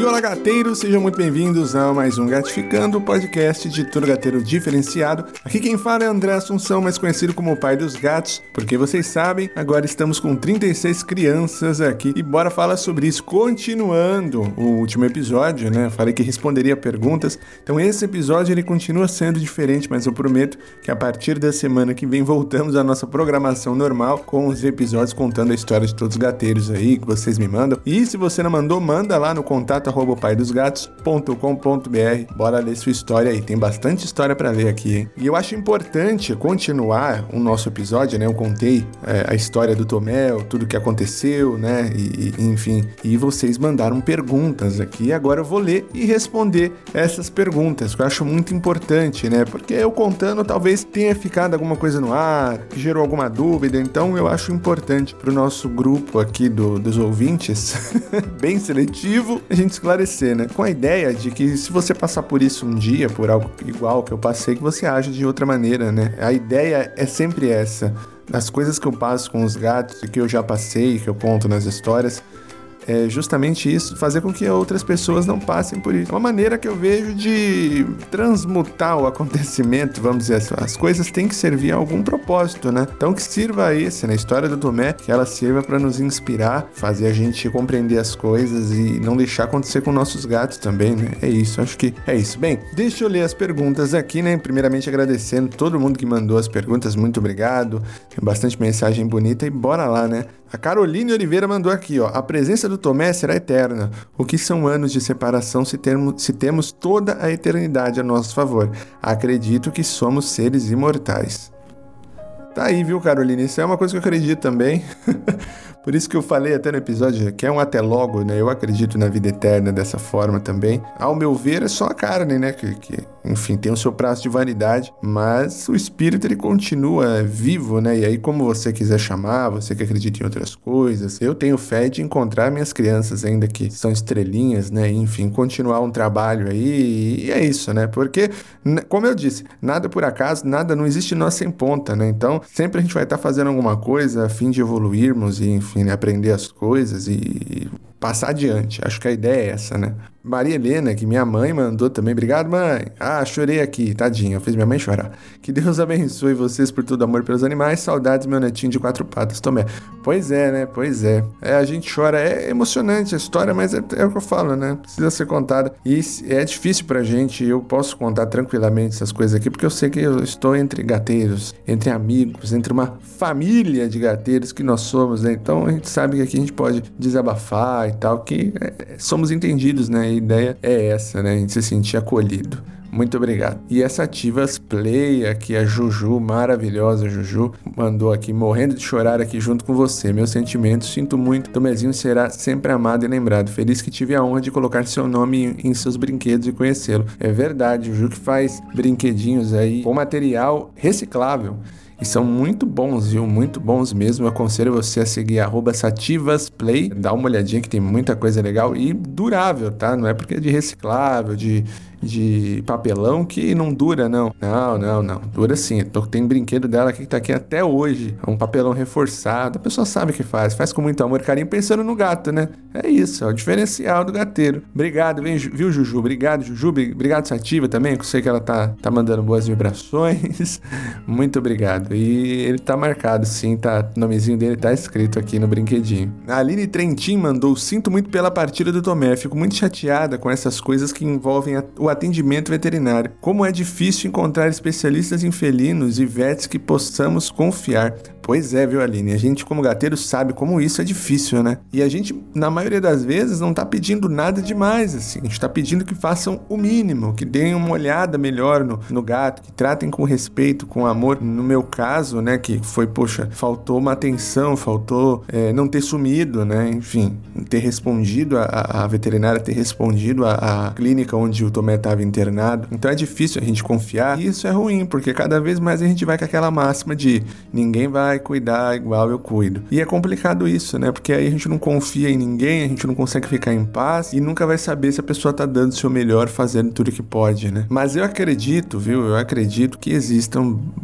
E olá, gateiros, sejam muito bem-vindos a mais um Gatificando, o podcast de todo gateiro diferenciado. Aqui quem fala é André Assunção, mais conhecido como o pai dos gatos, porque vocês sabem, agora estamos com 36 crianças aqui e bora falar sobre isso. Continuando o último episódio, né, falei que responderia perguntas, então esse episódio ele continua sendo diferente, mas eu prometo que a partir da semana que vem voltamos à nossa programação normal com os episódios contando a história de todos os gateiros aí que vocês me mandam. E se você não mandou, manda lá no contato@paidosgatos.com.br. Bora ler sua história aí, tem bastante história pra ler aqui, hein? E eu acho importante continuar o nosso episódio, né? Eu contei a história do Tomé, tudo que aconteceu, né? Enfim, e vocês mandaram perguntas aqui, e agora eu vou ler e responder essas perguntas, que eu acho muito importante, né? Porque eu contando talvez tenha ficado alguma coisa no ar, que gerou alguma dúvida, então eu acho importante pro nosso grupo aqui dos ouvintes, bem seletivo, a gente esclarecer, né? Com a ideia de que se você passar por isso um dia, por algo igual que eu passei, que você age de outra maneira, né? A ideia é sempre essa. As coisas que eu passo com os gatos e que eu já passei, que eu conto nas histórias, é justamente isso, fazer com que outras pessoas não passem por isso. É uma maneira que eu vejo de transmutar o acontecimento, vamos dizer assim. As coisas têm que servir a algum propósito, né? Então que sirva esse, na história do Tomé, que ela sirva para nos inspirar, fazer a gente compreender as coisas e não deixar acontecer com nossos gatos também, né? É isso, acho que é isso. Bem, deixa eu ler as perguntas aqui, né? Primeiramente agradecendo todo mundo que mandou as perguntas, muito obrigado. Tem bastante mensagem bonita e bora lá, né? A Caroline Oliveira mandou aqui, ó. A presença do Tomé será eterna. O que são anos de separação se temos toda a eternidade a nosso favor? Acredito que somos seres imortais. Tá aí, viu, Caroline? Isso é uma coisa que eu acredito também. Por isso que eu falei até no episódio que é um até logo, né? Eu acredito na vida eterna dessa forma também. Ao meu ver, é só a carne, né? Que enfim, tem o seu prazo de validade, mas o espírito, ele continua vivo, né? E aí, como você quiser chamar, você que acredita em outras coisas, eu tenho fé de encontrar minhas crianças ainda que são estrelinhas, né? Enfim, continuar um trabalho aí, e é isso, né? Porque, como eu disse, nada por acaso, nada, não existe nó sem ponta, né? Então, sempre a gente vai estar fazendo alguma coisa a fim de evoluirmos e, enfim, aprender as coisas e passar adiante. Acho que a ideia é essa, né? Maria Helena, que minha mãe mandou também. Obrigado, mãe. Ah, chorei aqui, tadinha. Fez minha mãe chorar. Que Deus abençoe vocês por todo amor pelos animais. Saudades, meu netinho de 4 patas, Tomé. Pois é, né? Pois é. A gente chora. É emocionante a história, mas é o que eu falo, né? Precisa ser contada. E é difícil pra gente. Eu posso contar tranquilamente essas coisas aqui, porque eu sei que eu estou entre gateiros, entre amigos, entre uma família de gateiros que nós somos, né? Então, a gente sabe que aqui a gente pode desabafar e tal, que somos entendidos, né? A ideia é essa, né? A gente se sentir acolhido. Muito obrigado. E essa Ativas Play aqui, a Juju, maravilhosa Juju, mandou aqui, morrendo de chorar aqui junto com você. Meus sentimentos, sinto muito. Tomezinho será sempre amado e lembrado. Feliz que tive a honra de colocar seu nome em seus brinquedos e conhecê-lo. É verdade, Juju que faz brinquedinhos aí com material reciclável. E são muito bons, viu? Muito bons mesmo. Eu aconselho você a seguir @sativasplay. Dá uma olhadinha que tem muita coisa legal e durável, tá? Não é porque é de reciclável, de papelão que não dura, não. Não. Dura sim. Tem brinquedo dela aqui que tá aqui até hoje. É um papelão reforçado. A pessoa sabe o que faz. Faz com muito amor e carinho pensando no gato, né? É isso. É o diferencial do gateiro. Obrigado, viu, Juju? Obrigado, Juju. Obrigado, Sativa, também. Que eu sei que ela tá mandando boas vibrações. Muito obrigado. E ele tá marcado, sim. Tá, o nomezinho dele tá escrito aqui no brinquedinho. A Aline Trentin mandou: sinto muito pela partida do Tomé. Fico muito chateada com essas coisas que envolvem o atendimento veterinário. Como é difícil encontrar especialistas em felinos e vets que possamos confiar. Pois é, viu, Aline? A gente, como gateiro, sabe como isso é difícil, né? E a gente, na maioria das vezes, não tá pedindo nada demais, assim. A gente tá pedindo que façam o mínimo, que deem uma olhada melhor no gato, que tratem com respeito, com amor. No meu caso, né, que foi, poxa, faltou uma atenção, faltou não ter sumido, né? Enfim, ter respondido, a veterinária ter respondido a clínica onde o Tomé estava internado. Então é difícil a gente confiar. E isso é ruim, porque cada vez mais a gente vai com aquela máxima de ninguém vai cuidar igual eu cuido. E é complicado isso, né? Porque aí a gente não confia em ninguém, a gente não consegue ficar em paz e nunca vai saber se a pessoa tá dando o seu melhor, fazendo tudo que pode, né? Mas eu acredito, viu? Eu acredito que existam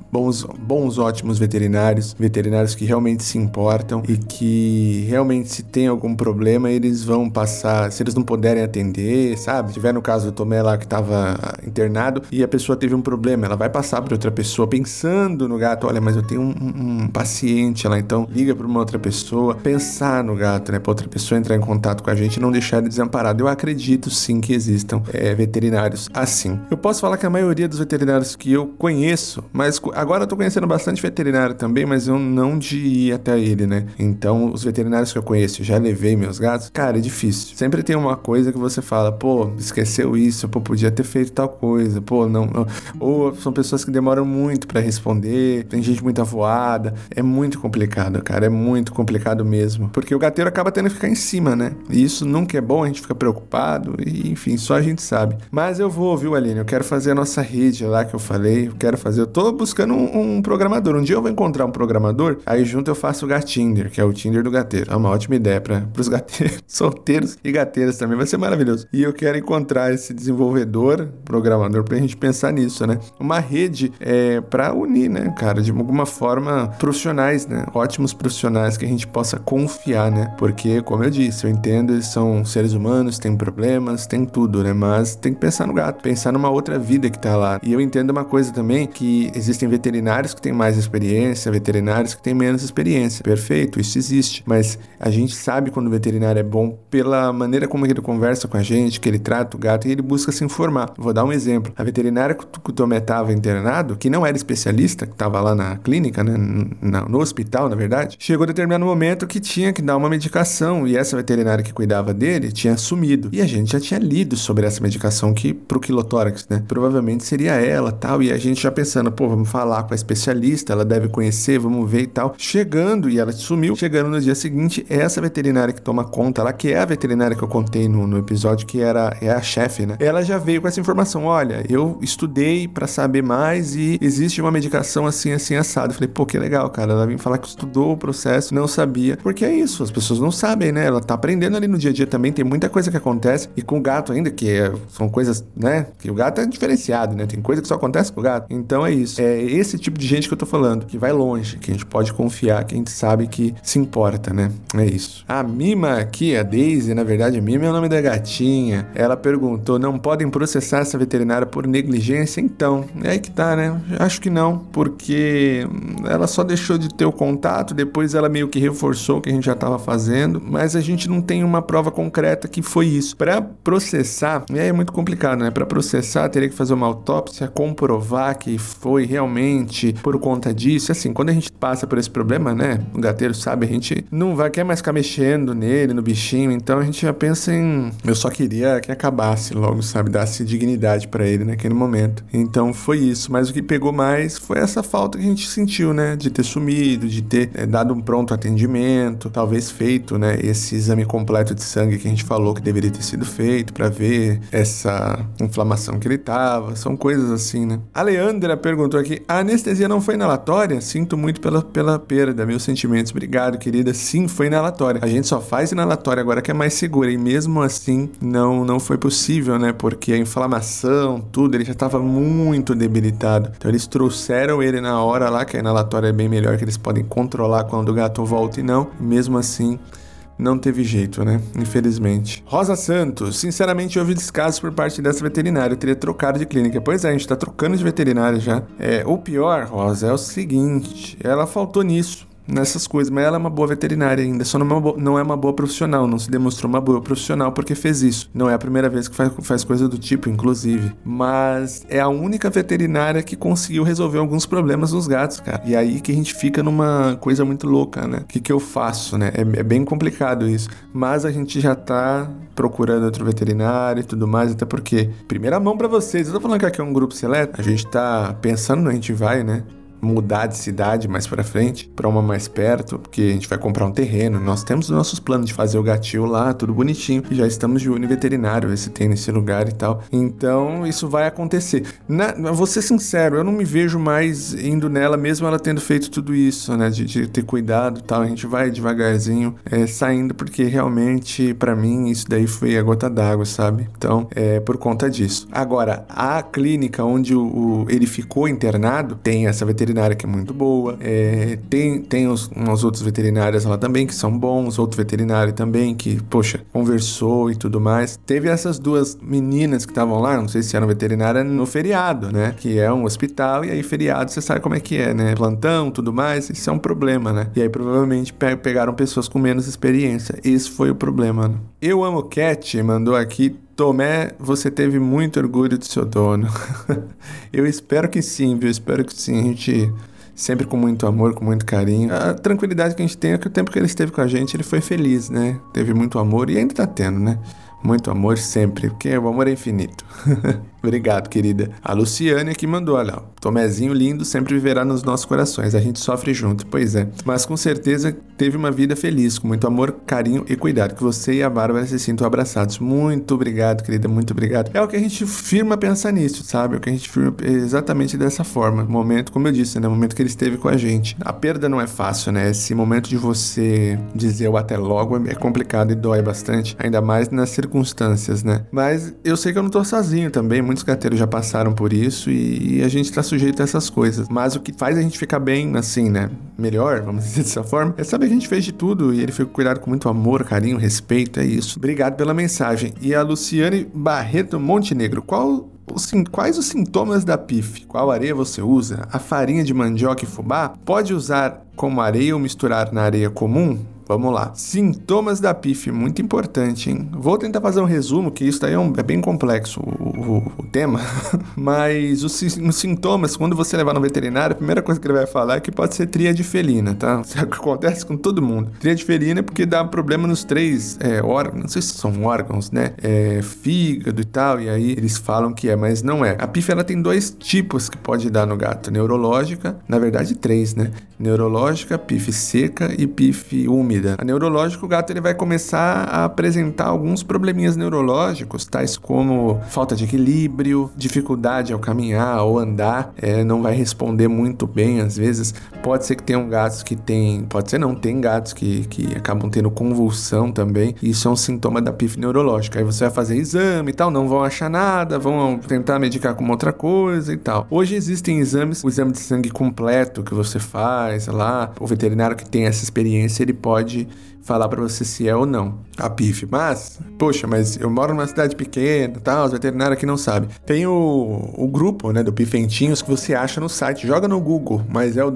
ótimos veterinários que realmente se importam e que realmente, se tem algum problema, eles vão passar, se eles não puderem atender, sabe? Se tiver no caso do Tomé lá que estava internado e a pessoa teve um problema, ela vai passar para outra pessoa pensando no gato. Olha, mas eu tenho um paciente lá, então liga para uma outra pessoa, pensar no gato, né? Para outra pessoa entrar em contato com a gente e não deixar ele desamparado. Eu acredito sim que existam veterinários assim. Eu posso falar que a maioria dos veterinários que eu conheço, mas agora eu tô conhecendo bastante veterinário também, mas eu não de ir até ele, né? Então, os veterinários que eu conheço, já levei meus gatos, cara, é difícil. Sempre tem uma coisa que você fala, pô, esqueceu isso, pô, podia ter feito tal coisa, pô, não. Ou são pessoas que demoram muito pra responder, tem gente muito avoada. É muito complicado, cara, é muito complicado mesmo. Porque o gateiro acaba tendo que ficar em cima, né? E isso nunca é bom, a gente fica preocupado, e enfim, só a gente sabe. Mas eu vou, viu, Aline? Eu quero fazer a nossa rede lá que eu falei, eu tô buscando um programador. Um dia eu vou encontrar um programador, aí junto eu faço o Gatinder, que é o Tinder do gateiro. É uma ótima ideia pros gateiros, solteiros e gateiras também, vai ser maravilhoso. E eu quero encontrar esse desenvolvedor, programador, pra gente pensar nisso, né? Uma rede pra unir, né, cara, de alguma forma, profissionais, né? Ótimos profissionais que a gente possa confiar, né? Porque, como eu disse, eu entendo, eles são seres humanos, têm problemas, tem tudo, né? Mas tem que pensar no gato, pensar numa outra vida que tá lá. E eu entendo uma coisa também, que existem veterinários que têm mais experiência, veterinários que têm menos experiência. Perfeito, isso existe. Mas a gente sabe quando o veterinário é bom pela maneira como ele conversa com a gente, que ele trata o gato e ele busca se informar. Vou dar um exemplo. A veterinária que o Tomé estava internado, que não era especialista, que estava lá na clínica, né? No hospital, na verdade, chegou a determinado momento que tinha que dar uma medicação e essa veterinária que cuidava dele tinha sumido. E a gente já tinha lido sobre essa medicação pro quilotórax, né? Provavelmente seria ela, tal, e a gente já pensando, pô, vamos falar com a especialista, ela deve conhecer, vamos ver e tal. Chegando, e ela sumiu, chegando no dia seguinte, essa veterinária que toma conta lá, que é a veterinária que eu contei no episódio, que é a chefe, né? Ela já veio com essa informação, olha, eu estudei pra saber mais e existe uma medicação assim, assim, assado. Eu falei, pô, que legal, cara, ela veio falar que estudou o processo, não sabia, porque é isso, as pessoas não sabem, né? Ela tá aprendendo ali no dia a dia também, tem muita coisa que acontece, e com o gato ainda, são coisas, né? Que o gato é diferenciado, né? Tem coisa que só acontece com o gato. Então é isso. É esse tipo de gente que eu tô falando, que vai longe, que a gente pode confiar, que a gente sabe que se importa, né? É isso. A Mima aqui, a Daisy, na verdade, Mima é o nome da gatinha. Ela perguntou, não podem processar essa veterinária por negligência? Então, é aí que tá, né? Acho que não, porque ela só deixou de ter o contato, depois ela meio que reforçou o que a gente já tava fazendo, mas a gente não tem uma prova concreta que foi isso. Pra processar, é muito complicado, né? Pra processar, teria que fazer uma autópsia, comprovar que foi realmente por conta disso. Assim, quando a gente passa por esse problema, né? O gateiro sabe, a gente não quer mais ficar mexendo nele, no bichinho, então a gente já pensa em... Eu só queria que acabasse logo, sabe? Dasse dignidade pra ele naquele momento. Então foi isso, mas o que pegou mais foi essa falta que a gente sentiu, né? De ter sumido, de ter dado um pronto atendimento, talvez feito, né? Esse exame completo de sangue que a gente falou que deveria ter sido feito pra ver essa inflamação que ele tava, são coisas assim, né? A Leandra perguntou aqui, a anestesia não foi inalatória? Sinto muito pela perda, meus sentimentos. Obrigado, querida. Sim, foi inalatória. A gente só faz inalatória agora que é mais segura, e mesmo assim não foi possível, né? Porque a inflamação, tudo, ele já estava muito debilitado. Então eles trouxeram ele na hora lá, que a inalatória é bem melhor, que eles podem controlar quando o gato volta, e não, mesmo assim não teve jeito, né? Infelizmente. Rosa Santos, sinceramente houve descaso por parte dessa veterinária, eu teria trocado de clínica. Pois é, a gente tá trocando de veterinária já. O pior, Rosa, é o seguinte, ela faltou nessas coisas, mas ela é uma boa veterinária ainda, só não é uma boa profissional, não se demonstrou uma boa profissional porque fez isso. Não é a primeira vez que faz coisa do tipo, inclusive, mas é a única veterinária que conseguiu resolver alguns problemas dos gatos, cara. E aí que a gente fica numa coisa muito louca, né? O que eu faço, né? É bem complicado isso, mas a gente já tá procurando outro veterinário e tudo mais, até porque, primeira mão pra vocês, eu tô falando que aqui é um grupo seleto, a gente tá pensando, a gente vai, né? Mudar de cidade mais pra frente, pra uma mais perto, porque a gente vai comprar um terreno. Nós temos os nossos planos de fazer o gatil lá, tudo bonitinho, e já estamos de olho em veterinário, ver se tem nesse lugar e tal. Então, isso vai acontecer. Vou ser sincero, eu não me vejo mais indo nela, mesmo ela tendo feito tudo isso, né, de ter cuidado e tal. A gente vai devagarzinho saindo, porque realmente, pra mim, isso daí foi a gota d'água, sabe? Então, por conta disso. Agora, a clínica onde ele ficou internado, tem essa veterinária veterinária que é muito boa. Tem umas outras veterinárias lá também que são bons, outro veterinário também que, poxa, conversou e tudo mais. Teve essas duas meninas que estavam lá, não sei se eram veterinária, no feriado, né? Que é um hospital e aí feriado você sabe como é que é, né? Plantão, tudo mais, isso é um problema, né? E aí provavelmente pegaram pessoas com menos experiência. Esse foi o problema, né? Eu Amo Cat mandou aqui: Tomé, você teve muito orgulho do seu dono. Eu espero que sim, viu? Espero que sim. A gente sempre com muito amor, com muito carinho. A tranquilidade que a gente tem é que o tempo que ele esteve com a gente, ele foi feliz, né? Teve muito amor e ainda tá tendo, né? Muito amor sempre, porque o amor é infinito. Obrigado, querida. A Luciane aqui mandou, olha, ó, Tomezinho lindo sempre viverá nos nossos corações. A gente sofre junto, pois é. Mas com certeza teve uma vida feliz, com muito amor, carinho e cuidado. Que você e a Bárbara se sintam abraçados. Muito obrigado, querida, muito obrigado. É o que a gente firma pensar nisso, sabe? É o que a gente firma exatamente dessa forma. O momento, como eu disse, né? O momento que ele esteve com a gente. A perda não é fácil, né? Esse momento de você dizer o até logo é complicado e dói bastante. Ainda mais nas circunstâncias, né? Mas eu sei que eu não tô sozinho também. Muitos gateiros já passaram por isso e a gente tá sujeito a essas coisas. Mas o que faz a gente ficar bem, assim, né? Melhor, vamos dizer dessa forma, é saber que a gente fez de tudo e ele foi cuidado com muito amor, carinho, respeito, é isso. Obrigado pela mensagem. E a Luciane Barreto Montenegro, quais os sintomas da PIF? Qual areia você usa? A farinha de mandioca e fubá? Pode usar como areia ou misturar na areia comum? Vamos lá. Sintomas da PIF, muito importante, hein? Vou tentar fazer um resumo, que isso daí é bem complexo o tema, mas os sintomas, quando você levar no veterinário, a primeira coisa que ele vai falar é que pode ser tríade felina, tá? Isso acontece com todo mundo. Tríade felina é porque dá problema nos 3 órgãos, não sei se são órgãos, né? Fígado e tal, e aí eles falam que mas não é. A PIF, ela tem 2 tipos que pode dar no gato. Neurológica, na verdade 3, né? Neurológica, PIF seca e PIF úmida. A neurológica, o gato ele vai começar a apresentar alguns probleminhas neurológicos, tais como falta de equilíbrio, dificuldade ao caminhar ou andar, não vai responder muito bem às vezes. Pode ser que tenham gatos que tem, pode ser não, tem gatos que acabam tendo convulsão também. Isso é um sintoma da PIF neurológica. Aí você vai fazer exame e tal, não vão achar nada, vão tentar medicar com outra coisa e tal. Hoje existem exames, o exame de sangue completo que você faz lá, o veterinário que tem essa experiência, ele pode falar pra você se é ou não a PIF. Mas, poxa, mas eu moro numa cidade pequena, tal, os veterinários aqui não sabem. Tem o grupo, né, do Pifentinhos que você acha no site, joga no Google, mas é o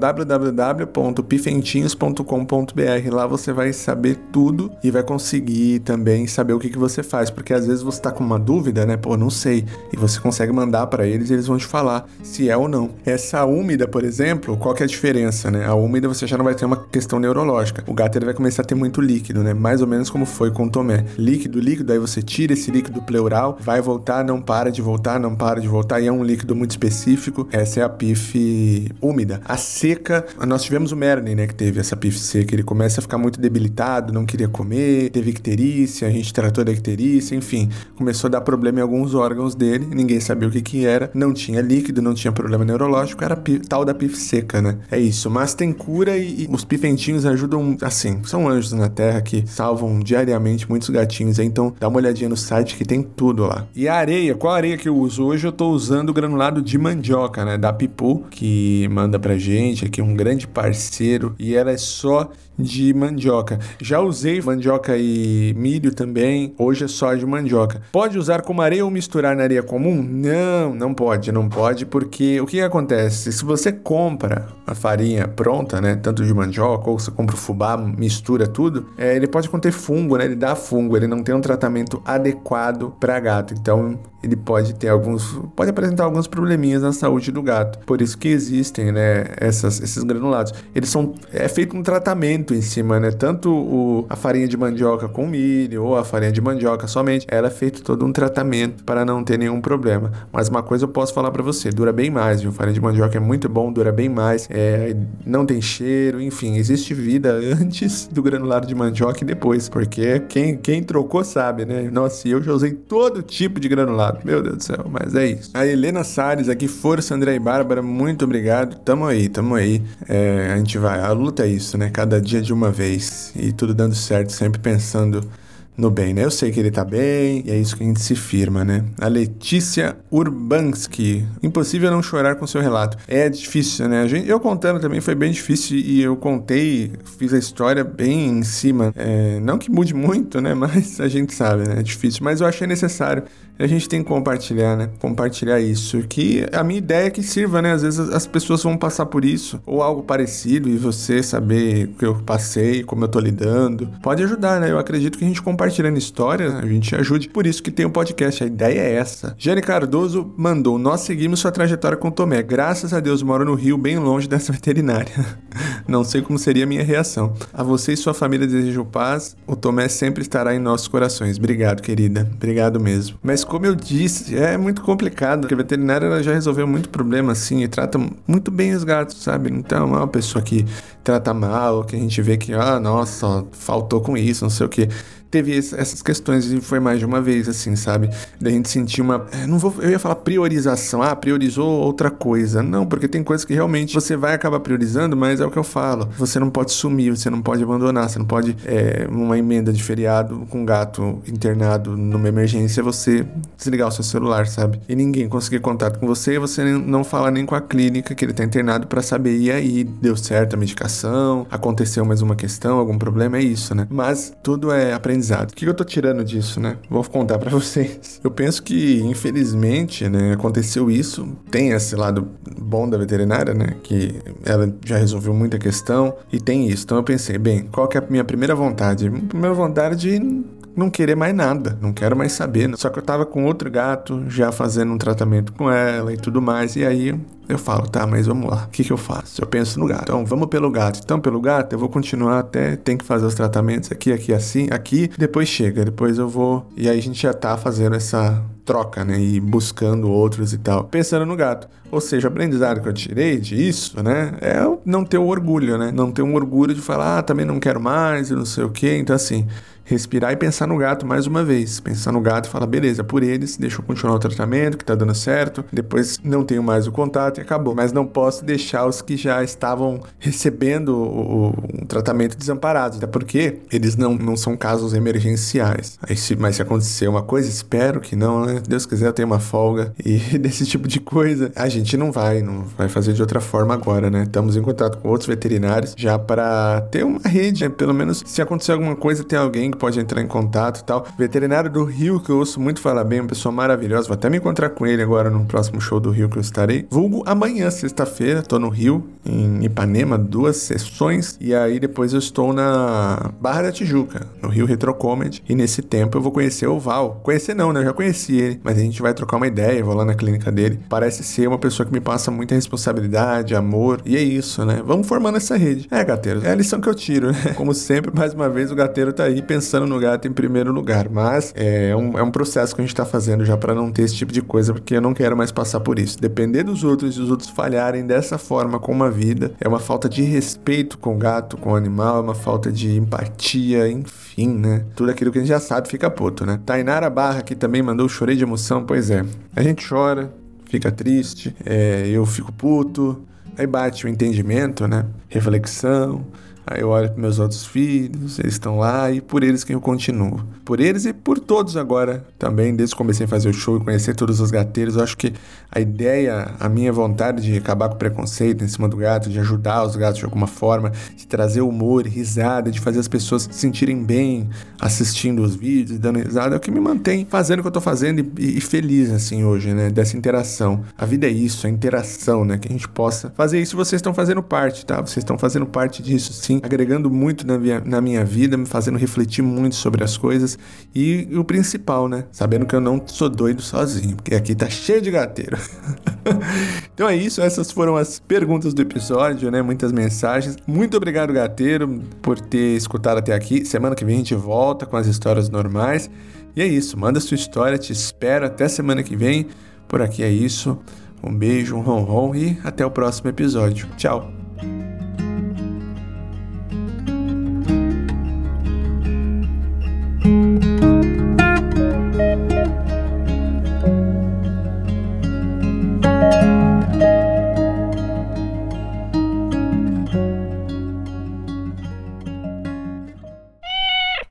www.pifentinhos.com.br. Lá você vai saber tudo e vai conseguir também saber o que você faz, porque às vezes você tá com uma dúvida, né, pô, não sei, e você consegue mandar pra eles e eles vão te falar se é ou não. Essa úmida, por exemplo, qual que é a diferença, né? A úmida você já não vai ter uma questão neurológica. O gato ele vai começar a ter muito líquido, né? Mais ou menos como foi com o Tomé. Líquido, aí você tira esse líquido pleural, vai voltar, não para de voltar, e é um líquido muito específico. Essa é a PIF úmida. A seca, nós tivemos o Merlin, né, que teve essa PIF seca, ele começa a ficar muito debilitado, não queria comer, teve icterícia, a gente tratou da icterícia, enfim, começou a dar problema em alguns órgãos dele, ninguém sabia o que era, não tinha líquido, não tinha problema neurológico, era tal da PIF seca, né? É isso, mas tem cura e os pifentinhos ajudam, assim, são anjos na terra que salvam diariamente muitos gatinhos, então dá uma olhadinha no site que tem tudo lá. E a areia, qual areia que eu uso? Hoje eu tô usando o granulado de mandioca, né, da Pipu, que manda pra gente aqui, um grande parceiro, e ela é só de mandioca. Já usei mandioca e milho também, hoje é só de mandioca. Pode usar como areia ou misturar na areia comum? Não pode, porque o que acontece? Se você compra a farinha pronta, né, tanto de mandioca, ou você compra o fubá, mistura tudo, ele pode conter fungo, né, ele dá fungo, ele não tem um tratamento adequado para gato, então ele pode apresentar alguns probleminhas na saúde do gato. Por isso que existem, né, esses granulados. É feito um tratamento em cima, né? Tanto a farinha de mandioca com milho ou a farinha de mandioca somente, ela é feito todo um tratamento para não ter nenhum problema. Mas uma coisa eu posso falar para você, dura bem mais, viu? Farinha de mandioca é muito bom, dura bem mais, não tem cheiro, enfim, existe vida antes do granulado de mandioca e depois, porque quem trocou sabe, né? Nossa, eu já usei todo tipo de granulado, meu Deus do céu, mas é isso. A Helena Salles aqui, força André e Bárbara, muito obrigado, tamo aí. A gente vai, a luta é isso, né? Cada dia de uma vez e tudo dando certo, sempre pensando no bem, né? Eu sei que ele tá bem e é isso que a gente se firma, né? A Letícia Urbanski. Impossível não chorar com seu relato. É difícil, né? Eu contando também foi bem difícil e eu contei, fiz a história bem em cima. Não que mude muito, né? Mas a gente sabe, né? É difícil. Mas eu achei necessário. A gente tem que compartilhar, né? Compartilhar isso. Que a minha ideia é que sirva, né? Às vezes as pessoas vão passar por isso ou algo parecido e você saber o que eu passei, como eu tô lidando. Pode ajudar, né? Eu acredito que a gente compartilhando história, a gente ajude. Por isso que tem um podcast. A ideia é essa. Jane Cardoso mandou: nós seguimos sua trajetória com o Tomé. Graças a Deus moro no Rio, bem longe dessa veterinária. Não sei como seria a minha reação. A você e sua família desejo paz. O Tomé sempre estará em nossos corações. Obrigado, querida. Obrigado mesmo. Mas como eu disse, é muito complicado, porque a veterinária ela já resolveu muito problema assim e trata muito bem os gatos, sabe? Então é uma pessoa que trata mal, que a gente vê que, nossa, faltou com isso, não sei o quê. Teve essas questões e foi mais de uma vez, assim, sabe? Da gente sentir uma... eu ia falar priorização. Priorizou outra coisa. Não, porque tem coisas que realmente você vai acabar priorizando, mas é o que eu falo. Você não pode sumir, você não pode abandonar, você não pode, uma emenda de feriado com um gato internado numa emergência, você desligar o seu celular, sabe? E ninguém conseguir contato com você e você não falar nem com a clínica que ele tá internado pra saber, e aí, deu certo a medicação, aconteceu mais uma questão, algum problema, é isso, né? Mas tudo é aprendizado. O que eu tô tirando disso, né? Vou contar pra vocês. Eu penso que, infelizmente, né, aconteceu isso. Tem esse lado bom da veterinária, né? Que ela já resolveu muita questão e tem isso. Então eu pensei, bem, qual que é a minha primeira vontade? Minha primeira vontade de não querer mais nada, não quero mais saber. Só que eu tava com outro gato, já fazendo um tratamento com ela e tudo mais, e aí eu falo, tá, mas vamos lá, o que eu faço? Eu penso no gato, então vamos pelo gato. Então pelo gato eu vou continuar até, tem que fazer os tratamentos aqui, assim, aqui, depois chega, depois eu vou, e aí a gente já tá fazendo essa troca, né, e buscando outros e tal, pensando no gato. Ou seja, o aprendizado que eu tirei disso, né, é não ter o orgulho, né, não ter um orgulho de falar, também não quero mais, e não sei o quê. Então assim, respirar e pensar no gato mais uma vez. Pensar no gato e falar, beleza, por eles, deixa eu continuar o tratamento que tá dando certo, depois não tenho mais o contato e acabou. Mas não posso deixar os que já estavam recebendo o tratamento desamparados, até porque eles não são casos emergenciais. Mas se acontecer uma coisa, espero que não, né? Deus quiser eu tenho uma folga e desse tipo de coisa, a gente não vai fazer de outra forma agora, né? Estamos em contato com outros veterinários já para ter uma rede, né? Pelo menos se acontecer alguma coisa, tem alguém que pode entrar em contato e tal. Veterinário do Rio, que eu ouço muito falar bem, uma pessoa maravilhosa, vou até me encontrar com ele agora no próximo show do Rio que eu estarei. Vulgo amanhã, sexta-feira, tô no Rio, em Ipanema, 2 sessões, e aí depois eu estou na Barra da Tijuca, no Rio Retro Comedy, e nesse tempo eu vou conhecer o Val. Conhecer não, né? Eu já conheci ele, mas a gente vai trocar uma ideia, vou lá na clínica dele. Parece ser uma pessoa que me passa muita responsabilidade, amor, e é isso, né? Vamos formando essa rede. Gateiro, é a lição que eu tiro, né? Como sempre, mais uma vez, o gateiro tá aí pensando no gato em primeiro lugar, mas é um processo que a gente tá fazendo já pra não ter esse tipo de coisa, porque eu não quero mais passar por isso. Depender dos outros e os outros falharem dessa forma com uma vida, é uma falta de respeito com o gato, com o animal, é uma falta de empatia, enfim, né? Tudo aquilo que a gente já sabe fica puto, né? Tainara Barra aqui também mandou chorei de emoção, pois é. A gente chora, fica triste, eu fico puto, aí bate o entendimento, né? Reflexão. Aí eu olho para meus outros filhos, eles estão lá e por eles que eu continuo. Por eles e por todos agora também, desde que comecei a fazer o show e conhecer todos os gateiros. Eu acho que a ideia, a minha vontade de acabar com o preconceito em cima do gato, de ajudar os gatos de alguma forma, de trazer humor, risada, de fazer as pessoas se sentirem bem assistindo os vídeos, dando risada, é o que me mantém fazendo o que eu tô fazendo e feliz assim hoje, né? Dessa interação. A vida é isso, a interação, né? Que a gente possa fazer isso. Vocês estão fazendo parte, tá? Vocês estão fazendo parte disso, sim. Agregando muito na minha vida, me fazendo refletir muito sobre as coisas e o principal, né? Sabendo que eu não sou doido sozinho, porque aqui tá cheio de gateiro. Então é isso, essas foram as perguntas do episódio, né? Muitas mensagens. Muito obrigado, gateiro, por ter escutado até aqui. Semana que vem a gente volta com as histórias normais. E é isso, manda sua história, te espero até semana que vem. Por aqui é isso. Um beijo, um rom-rom e até o próximo episódio. Tchau!